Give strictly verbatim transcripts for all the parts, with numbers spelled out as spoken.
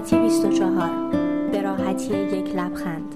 سلامتی بیست و چهار، به راحتی یک لبخند.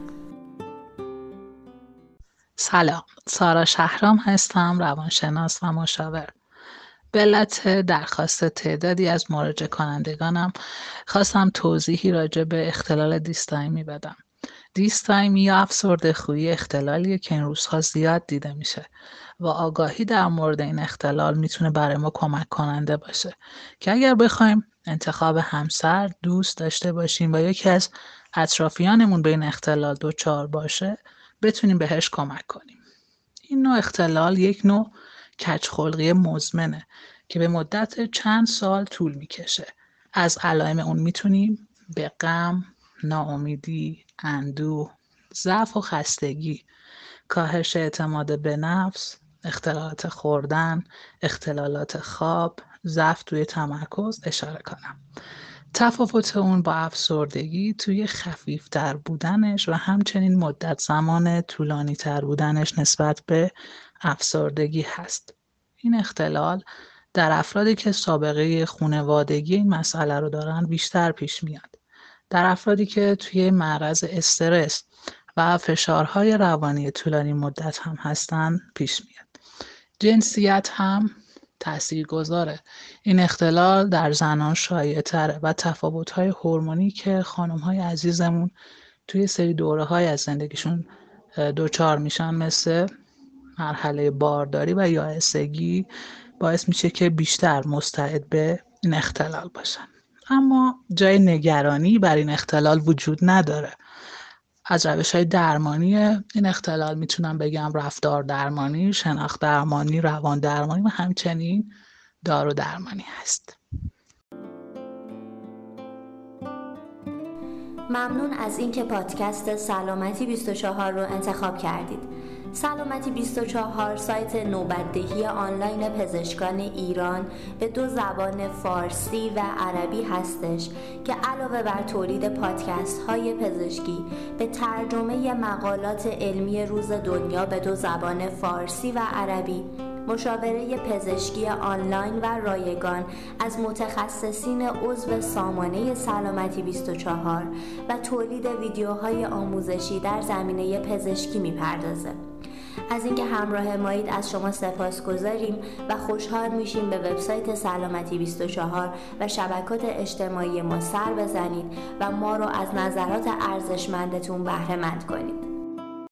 سلام، سارا شهرام هستم، روانشناس و مشاور. به علت درخواست تعدادی از مراجعه کنندگانم خواستم توضیحی راجع به اختلال دیستایمی بدم. دیستایمی یا افسرده خویی اختلالیه که این روزها زیاد دیده میشه و آگاهی در مورد این اختلال میتونه برای ما کمک کننده باشه که اگر بخوایم انتخاب همسر، دوست داشته باشیم و یکی از اطرافیانمون به این اختلال دچار باشه بتونیم بهش کمک کنیم. این نوع اختلال یک نوع کج‌خلقی مزمنه که به مدت چند سال طول میکشه. از علائم اون میتونیم به غم، ناامیدی، اندوه، ضعف و خستگی، کاهش اعتماد به نفس، اختلالات خوردن، اختلالات خواب، ضعف توی تمرکز اشاره کنم. تفاوت اون با افسردگی توی خفیفتر بودنش و همچنین مدت زمان طولانی تر بودنش نسبت به افسردگی هست. این اختلال در افرادی که سابقه خانوادگی این مسئله رو دارن بیشتر پیش میاد. در افرادی که توی معرض استرس و فشارهای روانی طولانی مدت هم هستن پیش میاد. جنسیت هم تأثیر گذاره. این اختلال در زنان شایع تره و تفاوت‌های هورمونی که خانم‌های عزیزمون توی سری دوره‌های از زندگیشون دچار میشن مثل مرحله بارداری و یائسگی باعث میشه که بیشتر مستعد به این اختلال باشن. اما جای نگرانی بر این اختلال وجود نداره. از روش‌های درمانی این اختلال میتونم بگم رفتار درمانی، شناخت درمانی، روان درمانی و همچنین دارو درمانی هست. ممنون از اینکه پادکست سلامتی بیست و چهار رو انتخاب کردید. سلامتی بیست و چهار سایت نوبت‌دهی آنلاین پزشکان ایران به دو زبان فارسی و عربی هستش که علاوه بر تولید پادکست های پزشکی به ترجمه مقالات علمی روز دنیا به دو زبان فارسی و عربی، مشاوره پزشکی آنلاین و رایگان از متخصصین عضو سامانه سلامتی بیست و چهار و تولید ویدیوهای آموزشی در زمینه پزشکی میپردازه. از اینکه همراه مایید از شما سپاسگزاریم و خوشحال میشیم به وبسایت سلامتی بیست و چهار و شبکات اجتماعی ما سر بزنید و ما رو از نظرات ارزشمندتون بهره مند کنید.